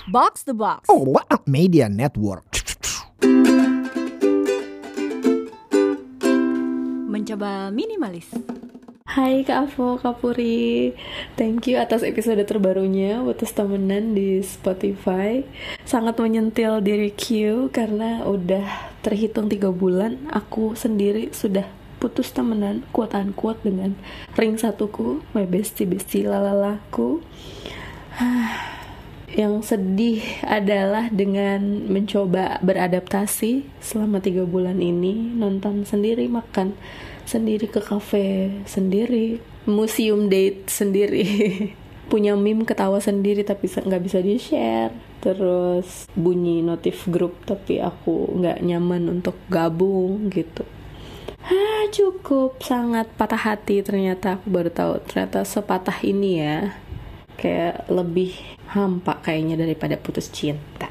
Box the Box. Oh, what a media network. Mencoba minimalis. Hai Kak Avo, Kak Puri. Thank you atas episode terbarunya Putus Temenan di Spotify. Sangat menyentil diri Q karena udah terhitung 3 bulan aku sendiri sudah putus temenan quote-unquote dengan ring satuku, my bestie lalalaku. Yang sedih adalah dengan mencoba beradaptasi selama 3 bulan ini, nonton sendiri, makan sendiri, ke kafe sendiri, museum date sendiri, punya meme ketawa sendiri tapi nggak bisa di-share, terus bunyi notif grup tapi aku nggak nyaman untuk gabung gitu. Cukup sangat patah hati ternyata. Aku baru tahu ternyata sepatah ini ya. Kayak lebih hampa kayaknya daripada putus cinta.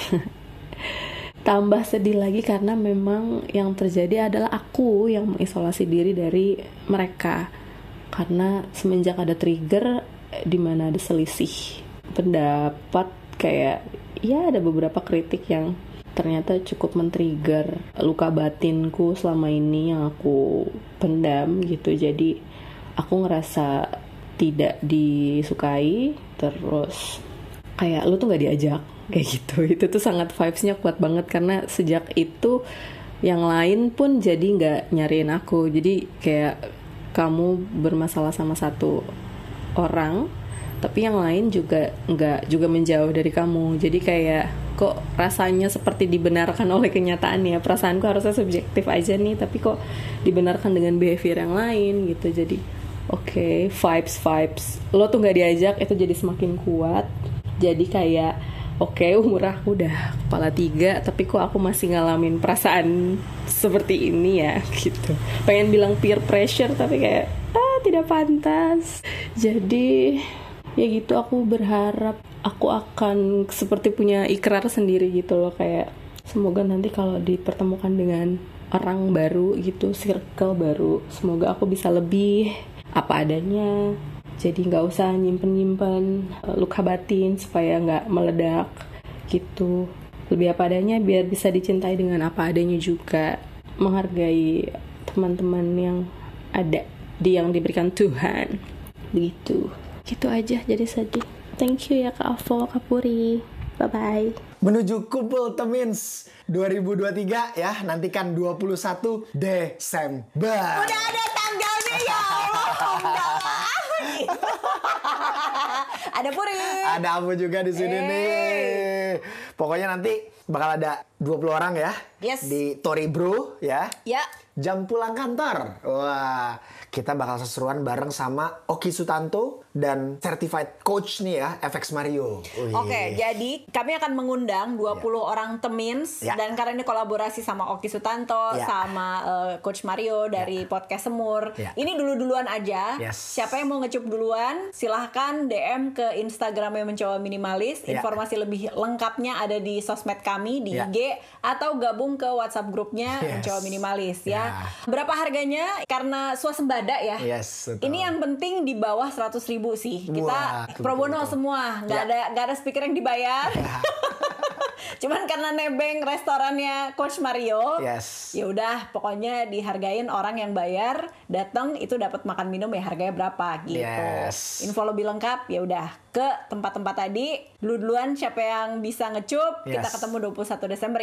Tambah sedih lagi karena memang yang terjadi adalah aku yang mengisolasi diri dari mereka. Karena semenjak ada trigger di mana ada selisih pendapat, kayak ya ada beberapa kritik yang ternyata cukup men-trigger luka batinku selama ini yang aku pendam gitu. Jadi aku ngerasa tidak disukai, terus kayak lu tuh gak diajak, kayak gitu. Itu tuh sangat vibes-nya kuat banget karena sejak itu yang lain pun jadi gak nyariin aku. Jadi kayak kamu bermasalah sama satu orang tapi yang lain juga menjauh dari kamu. Jadi kayak kok rasanya seperti dibenarkan oleh kenyataan ya. Perasaanku harusnya subjektif aja nih, tapi kok dibenarkan dengan behavior yang lain gitu. Jadi oke, vibes lo tuh gak diajak itu jadi semakin kuat. Jadi kayak oke, umur aku udah kepala 3 tapi kok aku masih ngalamin perasaan seperti ini ya gitu. Pengen bilang peer pressure tapi kayak tidak pantas. Jadi ya gitu, aku berharap aku akan seperti punya ikrar sendiri gitu loh, kayak semoga nanti kalau dipertemukan dengan orang baru gitu, circle baru, semoga aku bisa lebih apa adanya. Jadi nggak usah nyimpen luka batin supaya nggak meledak gitu. Lebih apa adanya biar bisa dicintai dengan apa adanya juga. Menghargai teman-teman yang ada, yang diberikan Tuhan. Begitu. Gitu aja, jadi sedih. Thank you ya Kak Avo, Kak Puri. Bye-bye. Menuju Kumpul Temins 2023 ya, nantikan 21 Desember. Udah ada tanggalnya ya Allah. Ada Puri. Ada Avo juga di sini nih. Pokoknya nanti bakal ada 20 orang ya. Yes. Di Tori Bro ya. Ya. Jam pulang kantor. Wah, kita bakal seseruan bareng sama Oki Sutanto dan certified coach nih ya, FX Mario. Oke, jadi kami akan mengundang 20 orang Temins dan karena ini kolaborasi sama Oki Sutanto sama Coach Mario dari Podcast Semur. Ini dulu-duluan aja. Siapa yang mau ngecup duluan, silahkan DM ke Instagramnya Mencoba Minimalis. Informasi lebih lengkapnya ada di sosmed kami di IG atau gabung ke WhatsApp grupnya Mencoba Minimalis ya. Berapa harganya? Karena swasembada ya. Betul. Ini yang penting di bawah 100.000 sih. Kita pro bono semua, nggak ada speaker yang dibayar. Cuman karena nebeng restorannya Coach Mario, ya udah pokoknya dihargain orang yang bayar datang itu dapat makan minum ya harganya berapa gitu. Info lebih lengkap ya udah ke tempat-tempat tadi. Duluan siapa yang bisa ngecup, kita ketemu 21 Desember.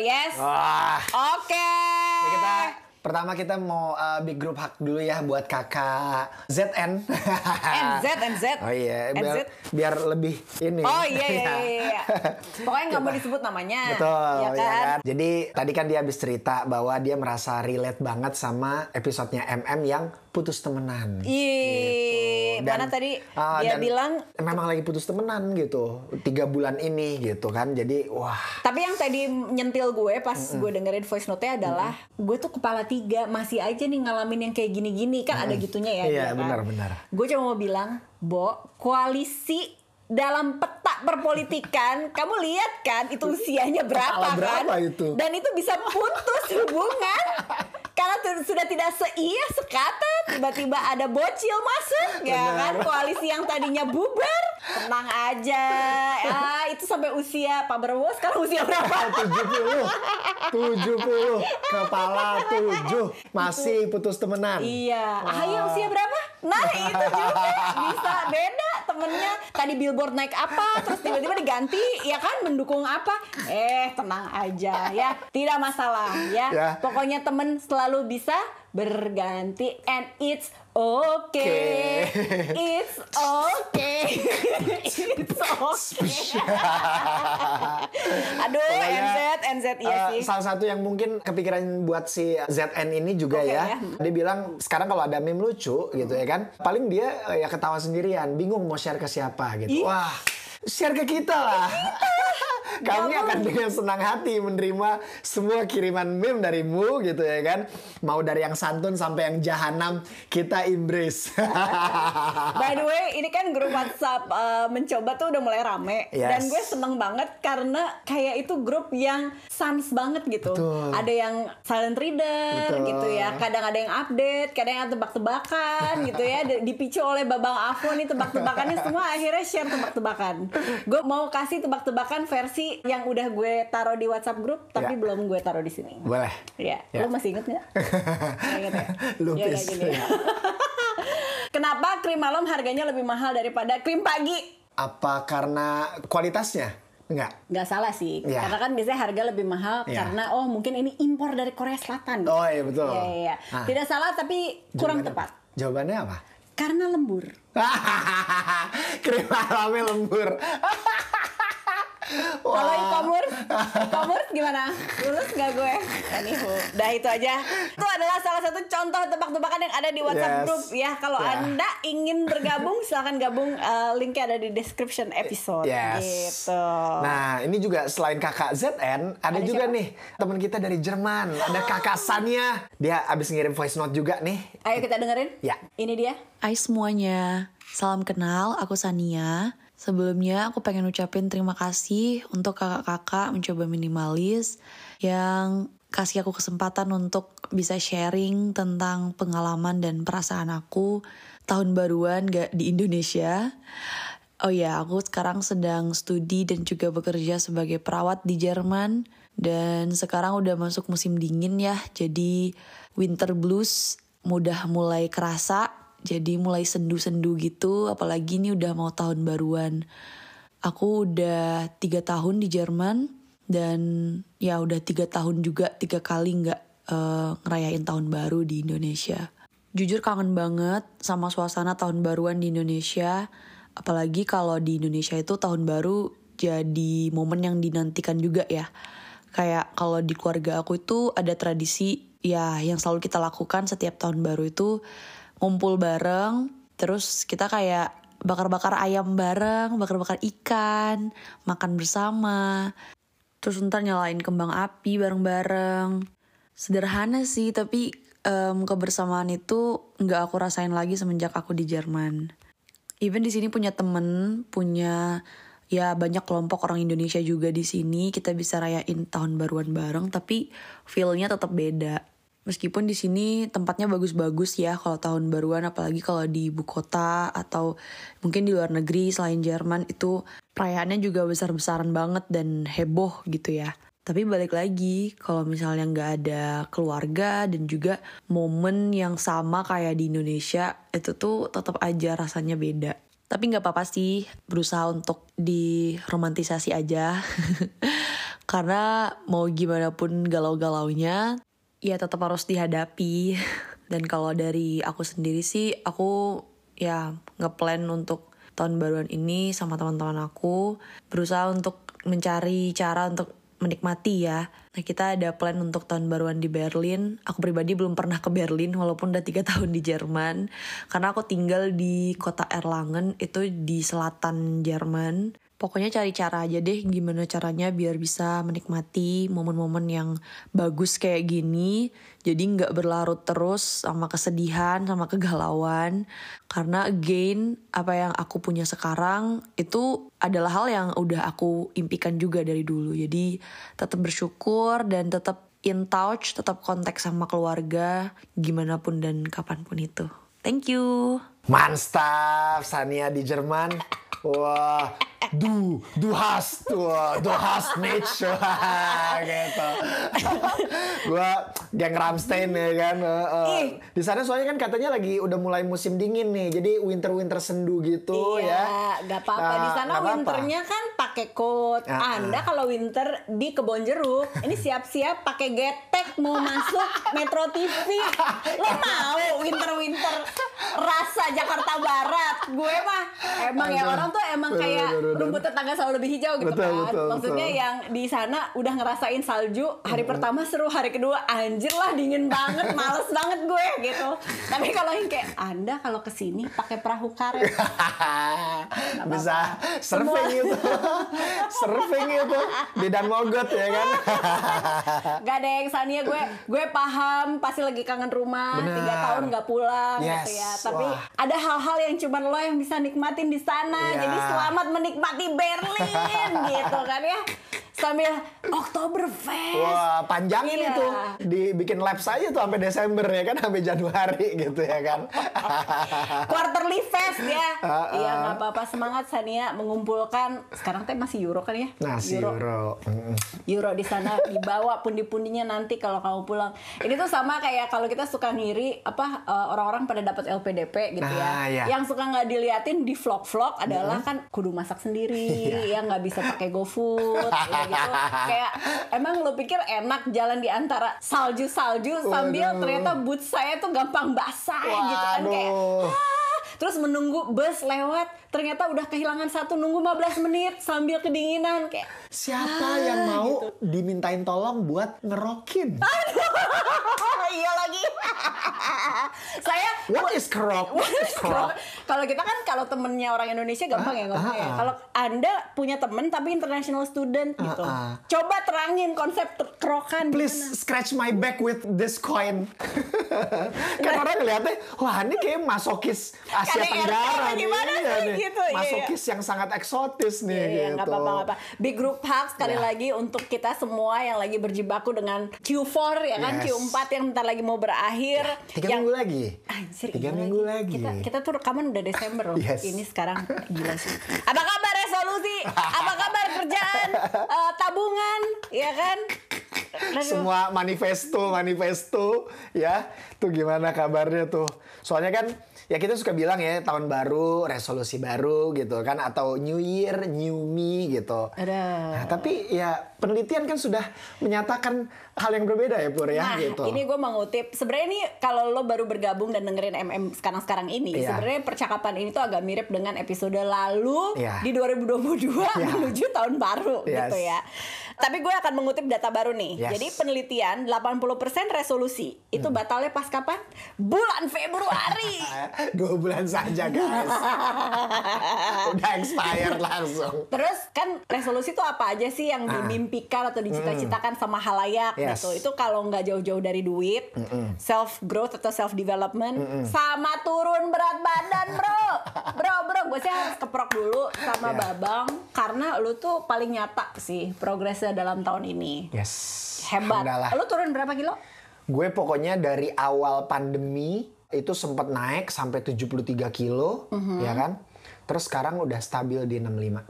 Oke. Pertama kita mau big group hug dulu ya buat kakak ZN. NZ. Oh iya, biar lebih ini. Oh iya. Pokoknya nggak mau disebut namanya. Betul, ya kan? Jadi tadi kan dia habis cerita bahwa dia merasa relate banget sama episodenya MM yang putus temenan. Gitu. Mana tadi dia bilang memang lagi putus temenan gitu 3 bulan ini gitu kan. Jadi wah. Tapi yang tadi nyentil gue pas gue dengerin voice note-nya adalah gue tuh kepala 3 masih aja nih ngalamin yang kayak gini-gini kan ada gitunya ya. Iya kan? benar. Gue cuma mau bilang, koalisi dalam peta perpolitikan kamu lihat kan itu usianya berapa kan? Itu? Dan itu bisa putus hubungan karena sudah tidak sekata tiba-tiba ada bocil masuk ya kan, koalisi yang tadinya bubar tenang aja itu sampai usia Pak Prabowo sekarang usia berapa? 70 kepala 7 masih putus temenan. Iya. Ahy usia berapa? Nah itu juga bisa beda temennya. Tadi billboard naik apa, terus tiba-tiba diganti, ya kan mendukung apa? Tenang aja ya, tidak masalah ya. Pokoknya temen selalu bisa berganti and it's okay. It's okay. It's okay. Aduh, NZ iya sih. Salah satu yang mungkin kepikiran buat si ZN ini juga ya. Dia bilang sekarang kalau ada meme lucu gitu ya kan, paling dia ya ketawa sendirian, bingung mau share ke siapa gitu. Wah, share ke kita lah. Kami akan dengan senang hati menerima semua kiriman meme darimu gitu ya kan. Mau dari yang santun sampai yang jahanam kita embrace. By the way, ini kan grup WhatsApp mencoba tuh udah mulai rame. Dan gue seneng banget karena kayak itu grup yang sans banget gitu. Betul. Ada yang silent reader gitu ya. Kadang ada yang update, kadang yang tebak-tebakan gitu ya. Dipicu oleh Babang Afo nih tebak-tebakannya semua akhirnya share tebak-tebakan. Gue mau kasih tebak-tebakan versi yang udah gue taruh di WhatsApp grup tapi belum gue taruh di sini. Boleh. Ya. Lo masih inget nggak? Inget ya? Lupis. Kenapa krim malam harganya lebih mahal daripada krim pagi? Apa karena kualitasnya? Nggak salah sih. Karena kan biasanya harga lebih mahal karena mungkin ini impor dari Korea Selatan. Oh iya betul. Iya. Tidak salah tapi kurang tepat. Jawabannya apa? Karena lembur. Krim malamnya lembur. Kalau e-commerce gimana? Lulus nggak gue? Anywho, dah itu aja. Itu adalah salah satu contoh tebak-tebakan yang ada di WhatsApp group ya. Kalau Anda ingin bergabung, silakan gabung. Linknya ada di description episode. Gitu. Nah, ini juga selain kakak ZN, ada juga siapa? Nih teman kita dari Jerman. Ada kakak Sania. Dia abis ngirim voice note juga nih. Ayo kita dengerin. Ya. Ini dia. Hai semuanya, salam kenal. Aku Sania. Sebelumnya aku pengen ucapin terima kasih untuk kakak-kakak mencoba minimalis yang kasih aku kesempatan untuk bisa sharing tentang pengalaman dan perasaan aku tahun baruan gak di Indonesia. Oh ya, aku sekarang sedang studi dan juga bekerja sebagai perawat di Jerman. Dan sekarang udah masuk musim dingin ya, jadi winter blues udah mulai kerasa. Jadi mulai sendu-sendu gitu, apalagi ini udah mau tahun baruan. Aku udah 3 tahun di Jerman, dan ya udah 3 tahun juga 3 kali gak ngerayain tahun baru di Indonesia. Jujur kangen banget sama suasana tahun baruan di Indonesia, apalagi kalau di Indonesia itu tahun baru jadi momen yang dinantikan juga ya. Kayak kalau di keluarga aku itu ada tradisi ya yang selalu kita lakukan setiap tahun baru itu ngumpul bareng, terus kita kayak bakar-bakar ayam bareng, bakar-bakar ikan, makan bersama, terus ntar nyalain kembang api bareng-bareng. Sederhana sih, tapi kebersamaan itu nggak aku rasain lagi semenjak aku di Jerman. Even di sini punya temen, punya ya banyak kelompok orang Indonesia juga di sini, kita bisa rayain tahun baruan bareng, tapi feel-nya tetap beda. Meskipun di sini tempatnya bagus-bagus ya kalau tahun baruan, apalagi kalau di ibu kota atau mungkin di luar negeri selain Jerman itu perayaannya juga besar-besaran banget dan heboh gitu ya. Tapi balik lagi kalau misalnya nggak ada keluarga dan juga momen yang sama kayak di Indonesia, itu tuh tetap aja rasanya beda. Tapi nggak apa-apa sih, berusaha untuk diromantisasi aja. Karena mau gimana pun galau-galaunya, ya tetap harus dihadapi. Dan kalau dari aku sendiri sih, aku ya ngeplan untuk tahun baruan ini sama teman-teman aku, berusaha untuk mencari cara untuk menikmati ya. Nah, kita ada plan untuk tahun baruan di Berlin. Aku pribadi belum pernah ke Berlin walaupun udah 3 tahun di Jerman, karena aku tinggal di kota Erlangen, itu di selatan Jerman. Pokoknya cari cara aja deh gimana caranya biar bisa menikmati momen-momen yang bagus kayak gini. Jadi gak berlarut terus sama kesedihan, sama kegalauan. Karena again, apa yang aku punya sekarang itu adalah hal yang udah aku impikan juga dari dulu. Jadi tetap bersyukur dan tetap in touch, tetap kontak sama keluarga, gimana pun dan kapanpun itu. Thank you! Mantap, Sania di Jerman. Wah, du hast nicht gitu. Gua geng Rammstein ya kan. Di sana soalnya kan katanya lagi udah mulai musim dingin nih. Jadi winter sendu gitu ya. Iya, gak apa-apa. Di sana winternya kan pakai coat. Anda kalau winter di Kebon Jeruk, ini siap-siap pakai getek mau masuk Metro TV. Lo mau winter rasa Jakarta Barat? Gue mah emang ya orang tuh emang kayak rumput tetangga selalu lebih hijau gitu kan. Maksudnya yang di sana udah ngerasain salju, hari pertama seru, hari kedua anjir lah dingin banget, males banget gue gitu. Tapi kalau yang kayak Anda kalau kesini pakai perahu karet bisa surfing gitu. Surfing itu di Dan Mogot ya kan. Gak ada yang Sania, gue paham pasti lagi kangen rumah. Bener. 3 tahun gak pulang gitu ya. Tapi ada hal-hal yang cuma lo yang bisa nikmatin di sana. Jadi selamat menikmati Berlin gitu kan ya. Sambil Oktoberfest. Wah, panjangin itu. Dibikin lab saja tuh sampai Desember ya kan, sampai Januari gitu ya kan. Quarterly Fest ya. Iya, enggak apa-apa, semangat Sania mengumpulkan. Sekarang teh masih euro kan ya? Masih euro. Euro di sana dibawa pundi-pundinya nanti kalau kamu pulang. Ini tuh sama kayak kalau kita suka ngiri orang-orang pada dapat LPDP gitu ya. Yang suka nggak diliatin di vlog-vlog adalah kan kudu masak sendiri, ya nggak bisa pakai GoFood. Gitu. Kayak emang lo pikir enak jalan di antara salju-salju sambil ternyata boots saya tuh gampang basah gitu kan, kayak terus menunggu bus lewat ternyata udah kehilangan satu, nunggu 15 menit sambil kedinginan kayak siapa yang mau gitu dimintain tolong buat ngerokin. Iya lagi. Saya What is crop? Kalau kita kan kalau temennya orang Indonesia gampang ya ngomongnya. Kalau Anda punya temen tapi international student gitu, coba terangin konsep kerokan. Please scratch my back with this coin. Kan orang ngeliatnya, wah ini kayak masokis Asia Tenggara nih. Gitu, masokis yang sangat eksotis nih gitu. Gak apa-apa. Big group hug sekali lagi untuk kita semua yang lagi berjibaku dengan Q4 ya kan, Q4 yang bentar lagi mau berakhir. 3 minggu lagi. Anjir, 3 minggu lagi. Kita tuh rekaman udah Desember loh. Ini sekarang gila sih. Apa kabar resolusi? Apa kabar kerjaan? Tabungan, ya kan? Semua manifesto ya. Tuh gimana kabarnya tuh? Soalnya kan ya kita suka bilang ya tahun baru, resolusi baru gitu kan, atau New Year, New Me gitu. Nah, tapi ya penelitian kan sudah menyatakan hal yang berbeda ya Pur ya gitu. Ini gue mengutip, sebenarnya ini kalau lo baru bergabung dan dengerin MM sekarang ini, sebenarnya percakapan ini tuh agak mirip dengan episode lalu di 2022 menuju tahun baru gitu ya. Tapi gue akan mengutip data baru nih. Jadi penelitian 80% resolusi itu batalnya pas kapan? Bulan Februari. 2 bulan saja guys. Udah expired langsung. Terus kan resolusi itu apa aja sih yang dimimpikan atau dicita-citakan sama halayak gitu. Itu kalau nggak jauh-jauh dari duit, self growth atau self development, sama turun berat badan bro. Gue sih harus keprok dulu sama Babang karena lu tuh paling nyata sih progresnya dalam tahun ini. Hebat. Lu turun berapa kilo? Gue pokoknya dari awal pandemi itu sempat naik sampai 73 kilo, ya kan? Terus sekarang udah stabil di 65.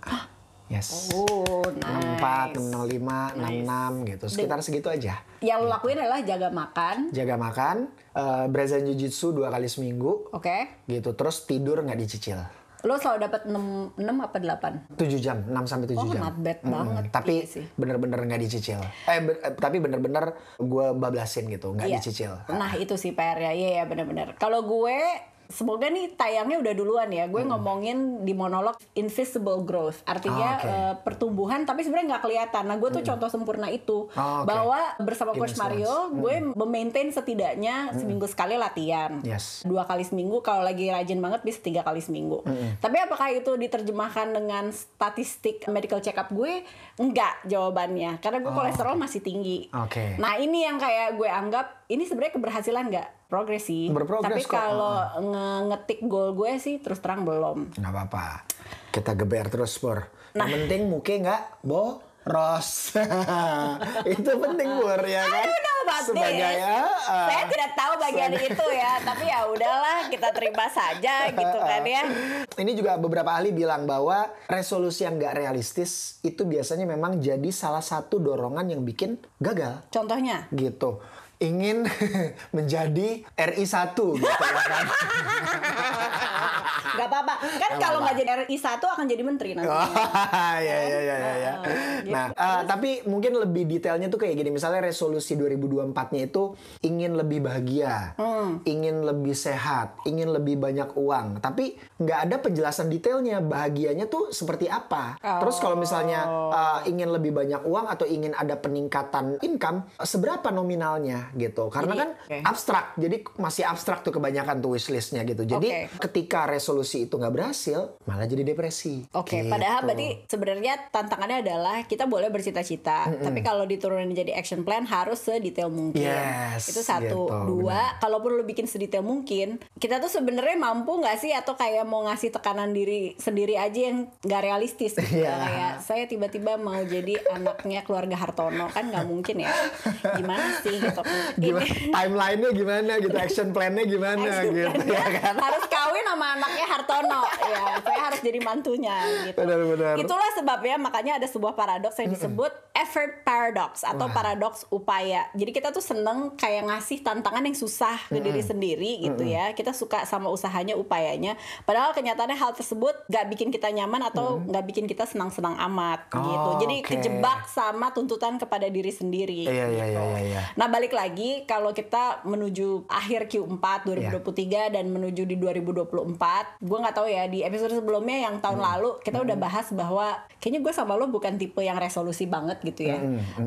Oh, nice. 64, 65, 66 gitu. Sekitar segitu aja. Yang lo lakuin adalah jaga makan, Brazilian Jiu-Jitsu 2 kali seminggu. Gitu. Terus tidur nggak dicicil. Lo selalu dapat 6 apa 8? 7 jam, 6 sampai 7 jam. Not bad banget. Tapi bener-bener nggak dicicil. Tapi bener-bener gue bablasin gitu, nggak dicicil. Nah itu sih PR ya, iya bener-bener. Kalau gue semoga nih tayangnya udah duluan ya. Gue ngomongin di monolog invisible growth. Artinya pertumbuhan tapi sebenarnya nggak kelihatan. Nah gue tuh contoh sempurna itu. Bahwa bersama Coach Mario, gue memaintain setidaknya seminggu sekali latihan. 2 kali seminggu. Kalau lagi rajin banget bisa 3 kali seminggu. Tapi apakah itu diterjemahkan dengan statistik medical check up gue? Enggak jawabannya. Karena gue kolesterol masih tinggi. Nah ini yang kayak gue anggap, ini sebenarnya keberhasilan nggak? Progres sih. Tapi kalau ngetik goal gue sih terus terang belum. Nggak apa-apa. Kita geber terus Pur. Yang penting muke nggak boros. Itu penting Pur ya kan. Aduh udah sebagai saya tidak tahu bagian itu ya, tapi ya udahlah kita terima saja gitu kan ya. Ini juga beberapa ahli bilang bahwa resolusi yang nggak realistis itu biasanya memang jadi salah satu dorongan yang bikin gagal. Contohnya? Gitu. Ingin menjadi RI 1 gitu ya kan. Gak apa-apa. Kan kalau nggak jadi RI 1 akan jadi menteri nanti. Iya. Nah, tapi mungkin lebih detailnya tuh kayak gini. Misalnya resolusi 2024-nya itu ingin lebih bahagia, ingin lebih sehat, ingin lebih banyak uang. Tapi nggak ada penjelasan detailnya bahagianya tuh seperti apa. Terus kalau misalnya ingin lebih banyak uang atau ingin ada peningkatan income, seberapa nominalnya gitu. Karena kan abstrak. Jadi masih abstrak tuh kebanyakan tuh wishlistnya gitu. Jadi ketika resolusi itu nggak berhasil, malah jadi depresi. Gitu. Padahal berarti sebenarnya tantangannya adalah kita boleh bercita-cita, tapi kalau diturunin jadi action plan harus sedetail mungkin. Itu satu. Gitu, 2, kalaupun lu bikin sedetail mungkin, kita tuh sebenarnya mampu nggak sih atau kayak mau ngasih tekanan diri sendiri aja yang nggak realistis gitu. Kayak saya tiba-tiba mau jadi anaknya keluarga Hartono, kan nggak mungkin ya. Gimana sih gitu. Timeline-nya gimana gitu, action plan-nya gimana gitu ya kan. Harus kawin sama anaknya Hartono ya, saya harus jadi mantunya gitu. Benar. Itulah sebabnya makanya ada sebuah paradoks yang disebut effort paradox atau paradoks upaya. Jadi kita tuh seneng kayak ngasih tantangan yang susah ke diri sendiri gitu ya. Kita suka sama usahanya, upayanya. Padahal kenyataannya hal tersebut gak bikin kita nyaman atau gak bikin kita senang-senang amat gitu. Jadi kejebak sama tuntutan kepada diri sendiri. Iya. Nah balik lagi kalau kita menuju akhir Q4 2023 dan menuju di 2024, gue nggak tahu ya di episode sebelumnya yang tahun lalu kita udah bahas bahwa kayaknya gue sama lo bukan tipe yang resolusi banget gitu ya.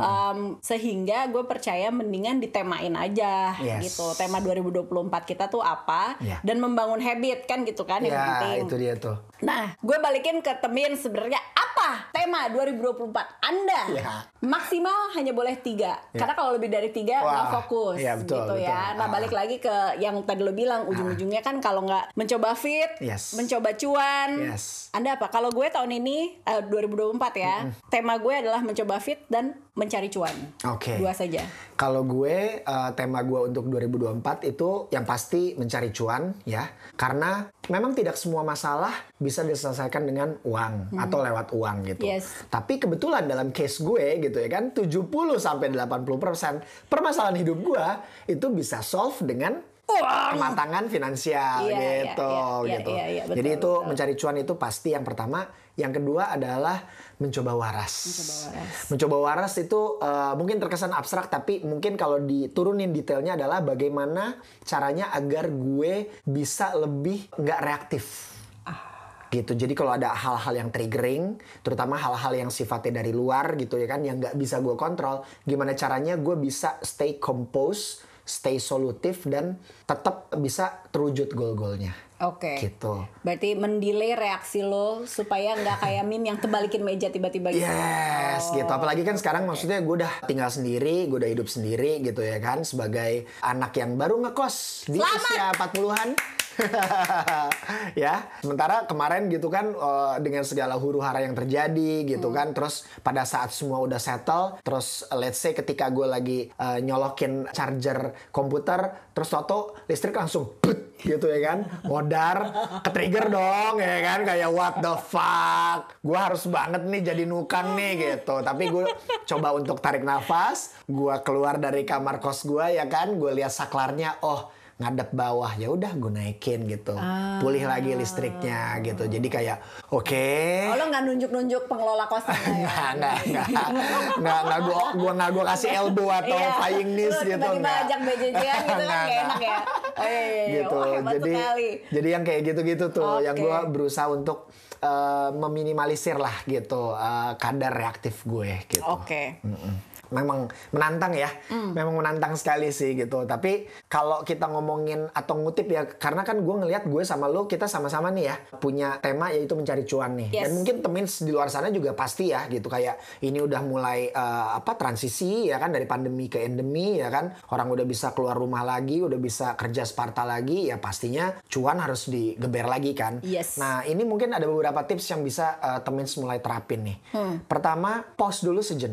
Sehingga gue percaya mendingan ditemain aja gitu. Tema 2024 kita tuh apa dan membangun habit kan gitu kan yang penting. Itu dia tuh. Nah, gue balikin ke Temin sebenarnya apa tema 2024 Anda? Maksimal hanya boleh 3. Karena kalau lebih dari 3 nggak fokus gitu ya. Nah, balik lagi ke yang tadi lo bilang ujung-ujungnya kan kalau nggak mencoba fit, mencoba cuan. Anda apa? Kalau gue tahun ini 2024 ya, tema gue adalah mencoba fit dan mencari cuan. 2 saja. Kalau gue tema gue untuk 2024 itu yang pasti mencari cuan ya. Karena memang tidak semua masalah bisa diselesaikan dengan uang atau lewat uang gitu. Tapi kebetulan dalam case gue gitu ya kan 70 sampai 80% permasalahan hidup gue itu bisa solve dengan kematangan finansial gitu. Jadi itu mencari cuan itu pasti yang pertama. Yang kedua adalah mencoba waras. Mencoba waras itu mungkin terkesan abstrak, tapi mungkin kalau diturunin detailnya adalah bagaimana caranya agar gue bisa lebih nggak reaktif. Gitu. Jadi kalau ada hal-hal yang triggering, terutama hal-hal yang sifatnya dari luar gitu ya kan, yang nggak bisa gue kontrol, gimana caranya gue bisa stay composed, stay solutif dan tetap bisa terwujud goal-goalnya. Gitu. Berarti mendelay reaksi lo supaya nggak kayak meme yang terbalikin meja tiba-tiba gitu. Gitu. Apalagi kan sekarang maksudnya gue udah tinggal sendiri, gue udah hidup sendiri gitu ya kan, sebagai anak yang baru ngekos di usia 40-an. Ya, sementara kemarin gitu kan dengan segala huru-hara yang terjadi gitu kan, terus pada saat semua udah settle, terus let's say ketika gue lagi nyolokin charger komputer, terus toto listrik langsung gitu ya kan, modar, ke-trigger dong ya kan, kayak what the fuck, gue harus banget nih jadi nukang nih gitu. Tapi gue coba untuk tarik nafas, gue keluar dari kamar kos gue ya kan, gue lihat saklarnya, ngadep bawah, ya udah gue naikin gitu, pulih lagi listriknya gitu. Jadi kayak lo nggak nunjuk pengelola kosnya ya? nggak gue kasih elbow atau flying knees gitu, tiba-tiba ajak BJJ-an gitu kan gak enak ya. Gitu. Jadi yang kayak gitu-gitu tuh yang gue berusaha untuk meminimalisir lah gitu kadar reaktif gue gitu. Memang menantang ya, memang menantang sekali sih gitu. Tapi kalau kita ngomongin atau ngutip ya, karena kan gue ngelihat gue sama lo, kita sama-sama nih ya punya tema yaitu mencari cuan nih. Dan mungkin temen di luar sana juga pasti ya gitu, kayak ini udah mulai transisi ya kan, dari pandemi ke endemi ya kan, orang udah bisa keluar rumah lagi, udah bisa kerja Sparta lagi, ya pastinya cuan harus digeber lagi kan. Nah ini mungkin ada beberapa tips yang bisa temen mulai terapin nih. Pertama, pause dulu sejenak.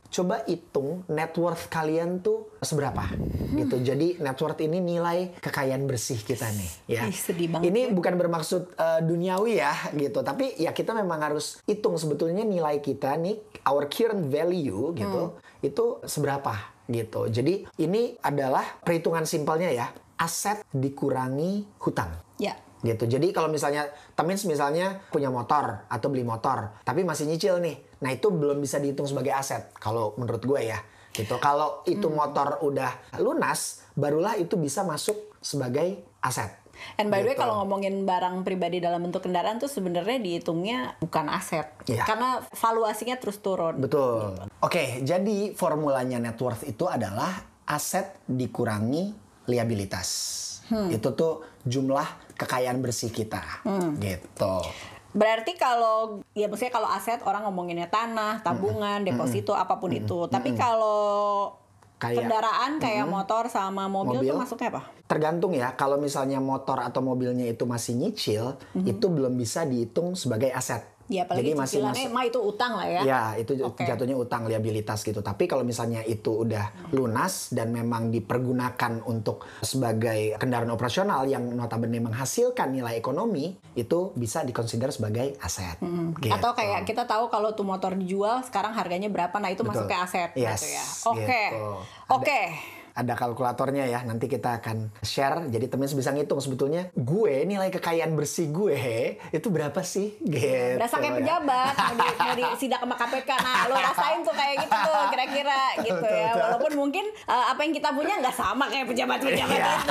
coba hitung net worth kalian tuh seberapa gitu. Jadi net worth ini nilai kekayaan bersih kita nih ya. Sedih banget. Ini bukan bermaksud duniawi ya gitu, tapi ya kita memang harus hitung sebetulnya nilai kita nih, our current value gitu, itu seberapa gitu. Jadi ini adalah perhitungan simpelnya ya, aset dikurangi hutang. Ya. Gitu. Jadi kalau misalnya Temins misalnya punya motor atau beli motor tapi masih nyicil nih, nah itu belum bisa dihitung sebagai aset kalau menurut gue ya gitu. Kalau itu motor udah lunas, barulah itu bisa masuk sebagai aset. And by the way, kalau ngomongin barang pribadi dalam bentuk kendaraan tuh sebenarnya dihitungnya bukan aset, karena valuasinya terus turun. Betul. Oke, jadi formulanya net worth itu adalah aset dikurangi liabilitas. Itu tuh jumlah kekayaan bersih kita, gitu. Berarti kalau, ya maksudnya kalau aset orang ngomonginnya tanah, tabungan, deposito, apapun itu. Tapi kalau kendaraan kayak motor sama mobil tuh masuknya apa? Tergantung ya. Kalau misalnya motor atau mobilnya itu masih nyicil, itu belum bisa dihitung sebagai aset. Ya, apalagi cicilannya mah itu utang lah ya. Ya, itu jatuhnya utang liabilitas gitu. Tapi kalau misalnya itu udah lunas dan memang dipergunakan untuk sebagai kendaraan operasional yang notabene menghasilkan nilai ekonomi, itu bisa dikonsider sebagai aset. Gitu. Atau kayak kita tahu kalau tuh motor dijual sekarang harganya berapa, nah itu masuk ke aset gitu ya. Oke. Ada kalkulatornya ya, nanti kita akan share. Jadi temen bisa ngitung sebetulnya gue nilai kekayaan bersih gue itu berapa sih gitu. Berasa kayak pejabat mau disidak sama KPK. Nah lo rasain tuh kayak gitu tuh kira-kira gitu ya. Walaupun mungkin apa yang kita punya nggak sama kayak pejabat-pejabat itu.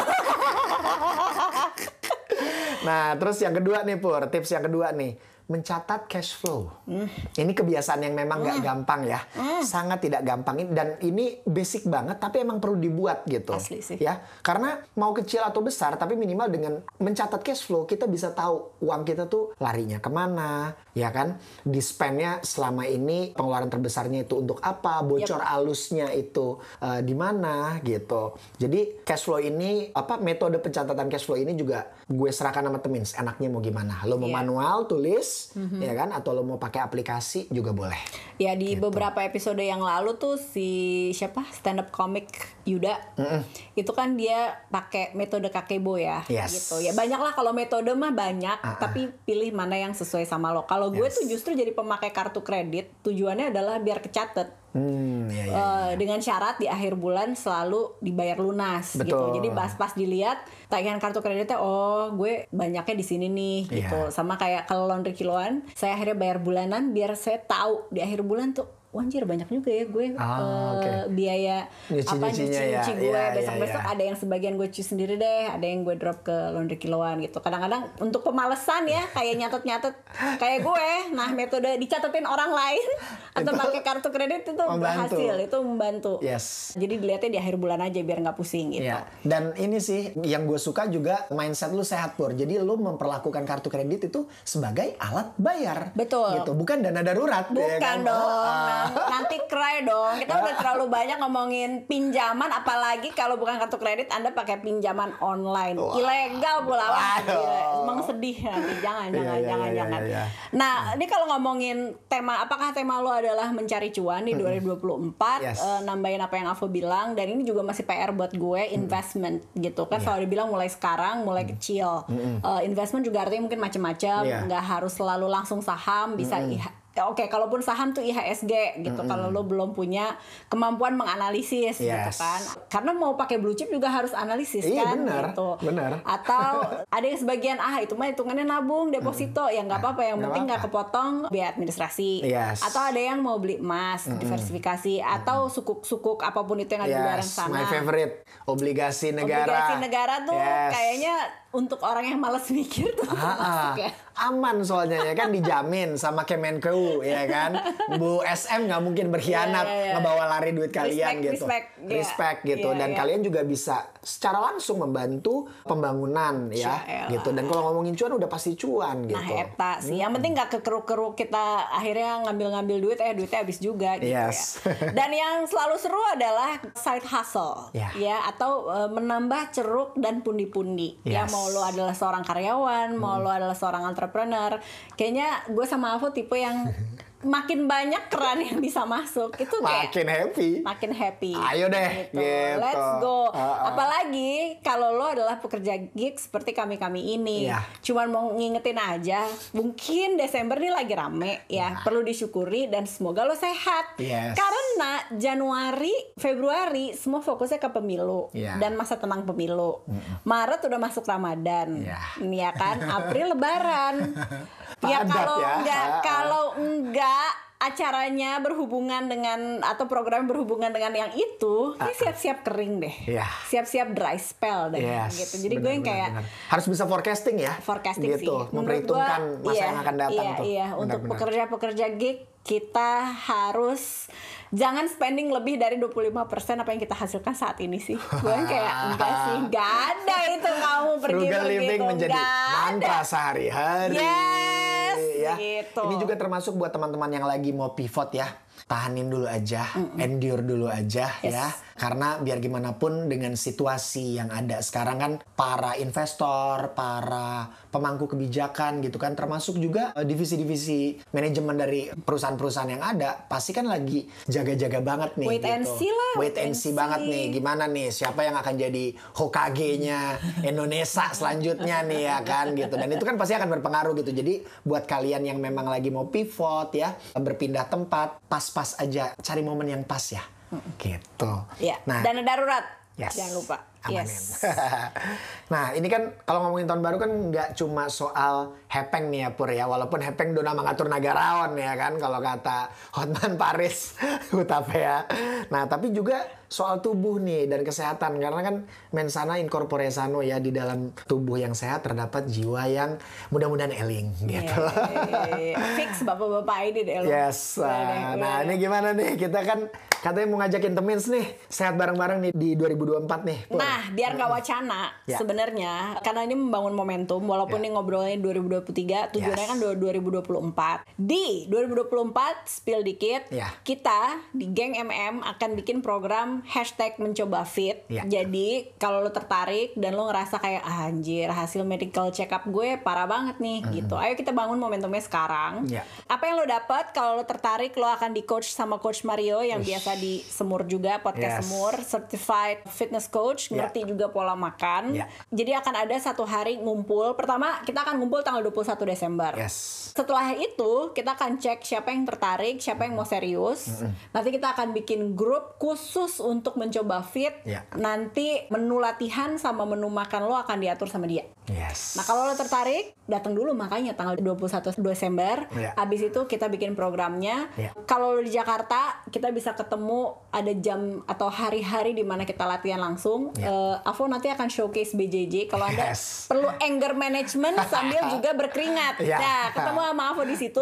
Nah terus yang kedua nih Pur, tips yang kedua nih, mencatat cash flow. Ini kebiasaan yang memang nggak gampang ya, sangat tidak gampang. Dan ini basic banget, tapi emang perlu dibuat gitu. Asli sih. Ya, karena mau kecil atau besar, tapi minimal dengan mencatat cash flow kita bisa tahu uang kita tuh larinya kemana, ya kan? Di-spend-nya selama ini pengeluaran terbesarnya itu untuk apa, bocor alusnya itu di mana gitu. Jadi cash flow ini metode pencatatan cash flow ini juga gue serahkan sama Temins. Enaknya mau gimana? Lo mau manual tulis, ya kan, atau lo mau pakai aplikasi juga boleh. Ya di beberapa episode yang lalu tuh si stand up comic Yuda itu kan dia pakai metode Kakebo ya, gitu ya. Banyak lah kalau metode mah banyak, tapi pilih mana yang sesuai sama lo. Kalau gue tuh justru jadi pemakai kartu kredit, tujuannya adalah biar kecatet. Dengan syarat di akhir bulan selalu dibayar lunas. Betul. Gitu. Jadi pas dilihat tagihan kartu kreditnya, oh gue banyaknya di sini nih gitu. Sama kayak kalau laundry kiloan, saya akhirnya bayar bulanan biar saya tahu di akhir bulan tuh anjir banyak juga ya gue biaya nyuci gue besok-besok ada yang sebagian gue cuci sendiri deh, ada yang gue drop ke laundry kiloan gitu. Kadang-kadang untuk pemalesan ya kayak nyatet kayak gue, nah metode dicatetin orang lain atau pakai kartu kredit itu berhasil, itu membantu. Jadi dilihatnya di akhir bulan aja biar nggak pusing gitu. Dan ini sih yang gue suka juga, mindset lu sehat Pur. Jadi lu memperlakukan kartu kredit itu sebagai alat bayar. Betul. Gitu, bukan dana darurat. Bukan ya kan? dong. Nanti cry dong. Kita udah terlalu banyak ngomongin pinjaman, apalagi kalau bukan kartu kredit Anda pakai pinjaman online. Ilegal pula. Emang sedih nanti. Jangan. Nah, ini kalau ngomongin tema, apakah tema lo adalah mencari cuan di 2024, nambahin apa yang Avo bilang, dan ini juga masih PR buat gue, investment gitu kan. Selalu dibilang mulai sekarang, mulai kecil. Investment juga artinya mungkin macam-macam, nggak harus selalu langsung saham, bisa Oke, kalaupun saham tuh IHSG gitu. Kalau lo belum punya kemampuan menganalisis gitu kan. Karena mau pakai blue chip juga harus analisis kan gitu. Benar. Atau ada yang sebagian itu mah hitungannya nabung, deposito, ya nggak apa-apa, yang penting nggak kepotong biaya administrasi. Atau ada yang mau beli emas, diversifikasi, atau sukuk apapun itu yang ada di luar sana. My favorite, obligasi negara. Obligasi negara tuh kayaknya untuk orang yang malas mikir tuh masuk ya. Aman soalnya ya kan, dijamin sama Kemenku ya kan. Bu SM nggak mungkin berkhianat ngebawa lari duit kalian gitu. Respect gitu. Dan kalian juga bisa secara langsung membantu pembangunan gitu. Dan kalau ngomongin cuan udah pasti cuan gitu. Nah eta sih. Yang penting nggak kekeruk-keruk kita akhirnya ngambil duit, duitnya habis juga gitu ya. Dan yang selalu seru adalah side hustle ya, atau menambah ceruk dan pundi-pundi. Ya mau lo adalah seorang karyawan, mau lo adalah seorang entrepreneur, kayaknya gue sama Avo tipe yang makin banyak keran yang bisa masuk itu kayak makin happy. Ayo deh gitu. Let's go. Apalagi kalau lo adalah pekerja gig seperti kami ini, cuman mau ngingetin aja, mungkin Desember nih lagi rame ya, perlu disyukuri dan semoga lo sehat. Karena Januari Februari semua fokusnya ke pemilu dan masa tenang pemilu. Maret udah masuk Ramadan, ini ya kan, April Lebaran. Ya kalau enggak acaranya berhubungan dengan atau program berhubungan dengan yang itu, ini siap-siap kering deh, siap-siap dry spell deh, gitu. Jadi gue yang kayak harus bisa forecasting gitu, sih, memperhitungkan masa yang akan datang tuh. Untuk pekerja-pekerja gig kita harus jangan spending lebih dari 25% apa yang kita hasilkan saat ini sih. Gue kayak enggak sih, enggak ada itu kamu pergi frugal living gitu. menjadi mantra sehari-hari. Ya. Gitu. Ini juga termasuk buat teman-teman yang lagi mau pivot ya. Tahanin dulu aja, endure dulu aja ya. Karena biar gimana pun dengan situasi yang ada sekarang kan, para investor, para pemangku kebijakan gitu kan, termasuk juga divisi-divisi manajemen dari perusahaan-perusahaan yang ada, pasti kan lagi jaga-jaga banget nih. Wait and see lah. Wait and see banget nih, gimana nih, siapa yang akan jadi Hokage-nya Indonesia selanjutnya nih ya kan gitu. Dan itu kan pasti akan berpengaruh gitu. Jadi buat kalian yang memang lagi mau pivot ya, berpindah tempat, pas-pas aja, cari momen yang pas ya. Gitu. Ya. Nah, dana darurat. Jangan lupa. Nah ini kan kalau ngomongin tahun baru kan nggak cuma soal hepeng nih ya Pur ya. Walaupun hepeng dona mengatur nagarawan ya kan, kalau kata Hotman Paris Hutape ya. Nah tapi juga soal tubuh nih dan kesehatan. Karena kan mensana in corpore sano ya, di dalam tubuh yang sehat terdapat jiwa yang mudah-mudahan eling gitu. Fix bapak-bapak ini deh. Nah ini gimana nih, kita kan katanya mau ngajakin Temins nih sehat bareng-bareng nih di 2024 nih Pur. Nah, biar nggak wacana sebenarnya, karena ini membangun momentum, walaupun ini ngobrolnya 2023, tujuannya kan 2024. Di 2024, spill dikit, kita di Geng MM akan bikin program #mencoba-fit. Jadi, kalau lo tertarik dan lo ngerasa kayak anjir, hasil medical check up gue parah banget nih, gitu. Ayo kita bangun momentumnya sekarang. Apa yang lo dapat kalau lo tertarik, lo akan di coach sama Coach Mario yang biasa di Semur juga, podcast Semur, certified fitness coach, ngerti juga pola makan. Jadi akan ada satu hari ngumpul. Pertama kita akan ngumpul tanggal 21 Desember. Setelah itu kita akan cek siapa yang tertarik, siapa yang mau serius. Nanti kita akan bikin grup khusus untuk mencoba fit. Nanti menu latihan sama menu makan lo akan diatur sama dia. Nah kalau lo tertarik, datang dulu makanya tanggal 21 Desember. Abis itu kita bikin programnya. Kalau lo di Jakarta, kita bisa ketemu ada jam atau hari-hari di mana kita latihan langsung. Avo nanti akan showcase BJJ. Kalau Anda perlu anger management sambil juga berkeringat. Nah, ketemu sama Avo di situ.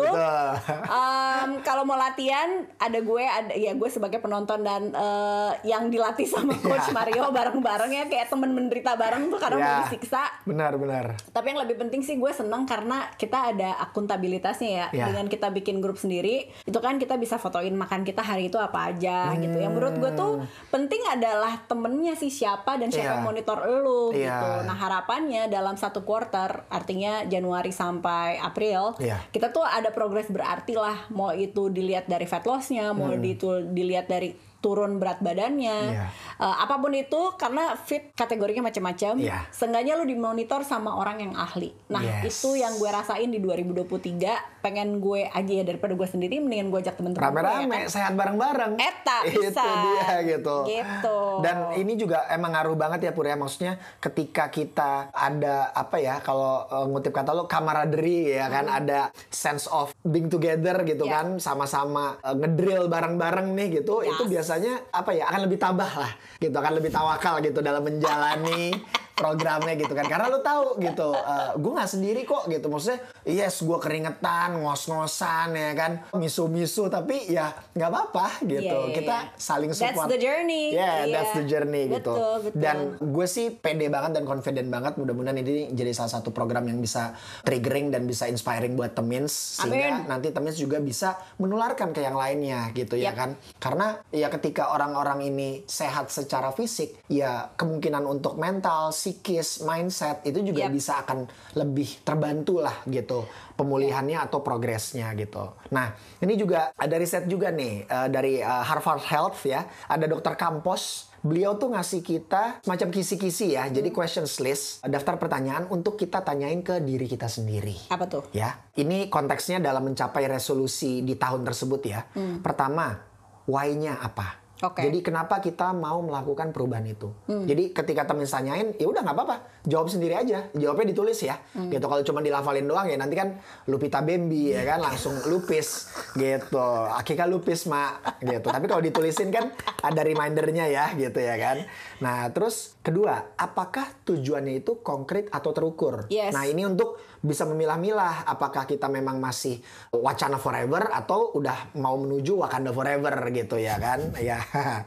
Kalau mau latihan, ada gue sebagai penonton dan yang dilatih sama Coach Mario bareng-bareng ya, kayak temen menderita bareng tuh kadang mau disiksa. Benar. Tapi yang lebih penting sih gue seneng karena kita ada akuntabilitasnya ya. Dengan kita bikin grup sendiri, itu kan kita bisa fotoin makan kita hari itu apa aja gitu. Yang menurut gue tuh penting adalah temennya sih siapa dan siapa yang monitor lu gitu. Nah harapannya dalam satu quarter, artinya Januari sampai April, kita tuh ada progres berarti lah. Mau itu dilihat dari fat loss-nya, mau itu dilihat dari turun berat badannya, apapun itu, karena fit kategorinya macam-macam. Seenggaknya lu dimonitor sama orang yang ahli. Nah itu yang gue rasain di 2023. Pengen gue aja ya, daripada gue sendiri, mendingan gue ajak temen-temen rame-rame, sehat bareng-bareng. Bisa. Itu dia gitu. Dan ini juga emang ngaruh banget ya Pur ya. Maksudnya ketika kita ada apa ya, kalau ngutip kata lo, camaraderie ya kan, ada sense of being together gitu kan, sama-sama ngedrill bareng-bareng nih gitu. Itu biasanya apa ya, akan lebih tabah lah gitu, akan lebih tawakal gitu dalam menjalani programnya gitu kan, karena lo tahu gitu, gue nggak sendiri kok gitu. Maksudnya gue keringetan, ngos-ngosan ya kan, misu-misu, tapi ya nggak apa-apa gitu. Kita saling support. That's the journey. That's the journey gitu. Betul. Dan gue sih pede banget dan confident banget. Mudah-mudahan ini jadi salah satu program yang bisa triggering dan bisa inspiring buat Temins, sehingga nanti Temins juga bisa menularkan ke yang lainnya gitu ya kan. Karena ya ketika orang-orang ini sehat secara fisik, ya kemungkinan untuk mental, psikis, mindset itu juga bisa akan lebih terbantu lah gitu pemulihannya atau progresnya gitu. Nah ini juga ada riset juga nih dari Harvard Health ya, ada Dr. Campos. Beliau tuh ngasih kita semacam kisi-kisi ya, jadi questions list, daftar pertanyaan untuk kita tanyain ke diri kita sendiri. Apa tuh? Ya, ini konteksnya dalam mencapai resolusi di tahun tersebut ya. Pertama, why-nya apa? Okay. Jadi kenapa kita mau melakukan perubahan itu? Jadi ketika temen tanyain, ya udah nggak apa-apa, jawab sendiri aja. Jawabnya ditulis ya. Gitu. Kalau cuma dilafalin doang ya nanti kan Lupita Bambi ya kan langsung lupis gitu. Akika lupis mak gitu. Tapi kalau ditulisin kan ada remindernya ya gitu ya kan. Nah terus kedua, apakah tujuannya itu konkret atau terukur? Yes. Nah ini untuk bisa memilah-milah apakah kita memang masih wacana forever atau udah mau menuju Wakanda forever gitu ya kan ya.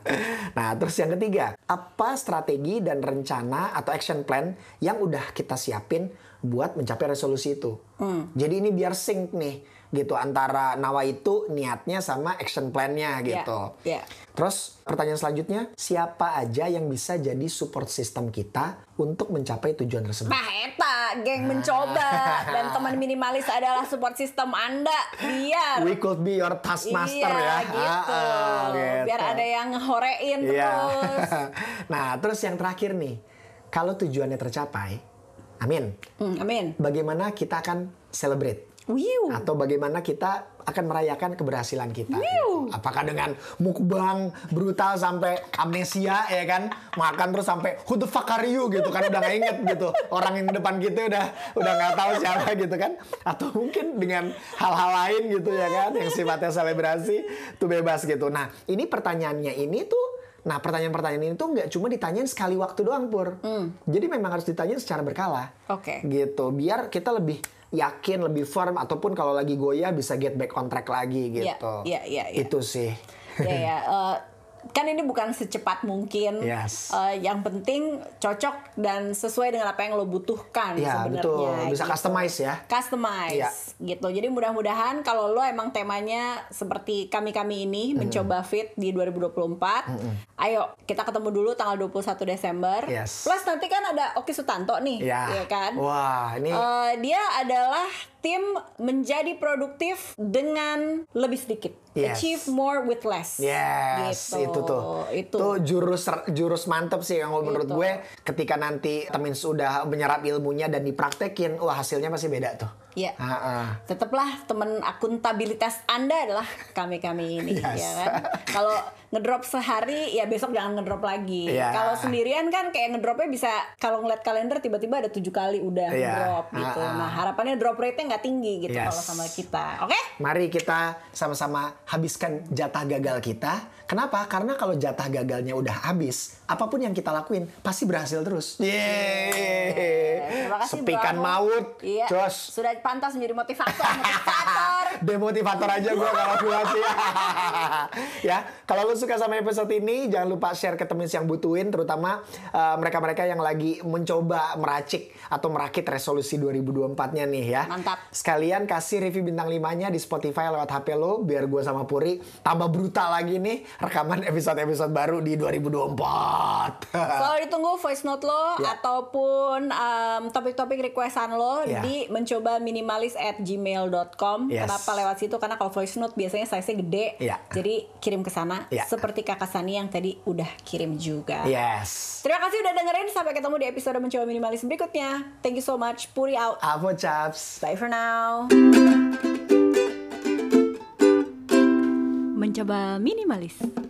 Nah terus yang ketiga, apa strategi dan rencana atau action plan yang udah kita siapin buat mencapai resolusi itu. Jadi ini biar sync nih gitu antara nawa itu niatnya sama action plan-nya gitu. Terus pertanyaan selanjutnya, siapa aja yang bisa jadi support system kita untuk mencapai tujuan tersebut? Nah, eta geng mencoba dan teman minimalis adalah support system Anda biar we could be your taskmaster ya. Gitu. Biar ada yang horein terus. Nah, terus yang terakhir nih, kalau tujuannya tercapai, amin. Amin. Bagaimana kita akan celebrate? Atau bagaimana kita akan merayakan keberhasilan kita? Apakah dengan mukbang brutal sampai amnesia ya kan? Makan terus sampai who the fuck are you gitu kan, udah gak inget gitu. Orang yang depan kita udah gak tahu siapa gitu kan? Atau mungkin dengan hal-hal lain gitu ya kan, yang sifatnya selebrasi itu bebas gitu. Nah ini pertanyaannya ini tuh, nah pertanyaan-pertanyaan ini tuh nggak cuma ditanyain sekali waktu doang Pur. Jadi memang harus ditanyain secara berkala. Gitu, biar kita lebih yakin, lebih firm, ataupun kalau lagi goyah bisa get back on track lagi gitu. Itu sih. Kan ini bukan secepat mungkin. Yang penting cocok dan sesuai dengan apa yang lo butuhkan sebenarnya. Betul. Bisa gitu. customize ya. Gitu. Jadi mudah-mudahan kalau lo emang temanya seperti kami-kami ini mencoba fit di 2024. Ayo kita ketemu dulu tanggal 21 Desember. Plus nanti kan ada Oki Sutanto nih, ya kan? Wah, ini dia adalah tim menjadi produktif dengan lebih sedikit. Achieve more with less. Gitu. Itu jurus mantep sih yang menurut gue. Ketika nanti temen sudah menyerap ilmunya dan dipraktekin, wah hasilnya pasti beda tuh. Tetaplah teman akuntabilitas Anda adalah kami-kami ini, ya kan? Kalau ngedrop sehari, ya besok jangan ngedrop lagi. Kalau sendirian kan kayak ngedropnya bisa, kalau ngeliat kalender tiba-tiba ada 7 kali udah ngedrop gitu. Nah harapannya drop rate-nya nggak tinggi gitu kalau sama kita. Oke? Mari kita sama-sama habiskan jatah gagal kita. Kenapa? Karena kalau jatah gagalnya udah habis, apapun yang kita lakuin pasti berhasil terus. Terima kasih Sepikan maut. Jos. Sudah pantas menjadi motivator. Demotivator aja gue kalau gue sih. Ya, kalau lu suka sama episode ini, jangan lupa share ke temen yang butuhin, terutama mereka-mereka yang lagi mencoba meracik atau merakit resolusi 2024-nya nih ya. Mantap. Sekalian kasih review bintang 5-nya di Spotify lewat HP lo, biar gue sama Puri tambah brutal lagi nih rekaman episode-episode baru di 2024. Selalu ditunggu voice note lo ataupun topik-topik requestan lo di mencobaminimalis@gmail.com. Kenapa lewat situ? Karena kalau voice note biasanya size-nya gede. Jadi kirim ke sana seperti Kakak Sani yang tadi udah kirim juga. Terima kasih udah dengerin. Sampai ketemu di episode Mencoba Minimalis berikutnya. Thank you so much. Puri out. Avo chaps. Bye for now. Mencoba Minimalis.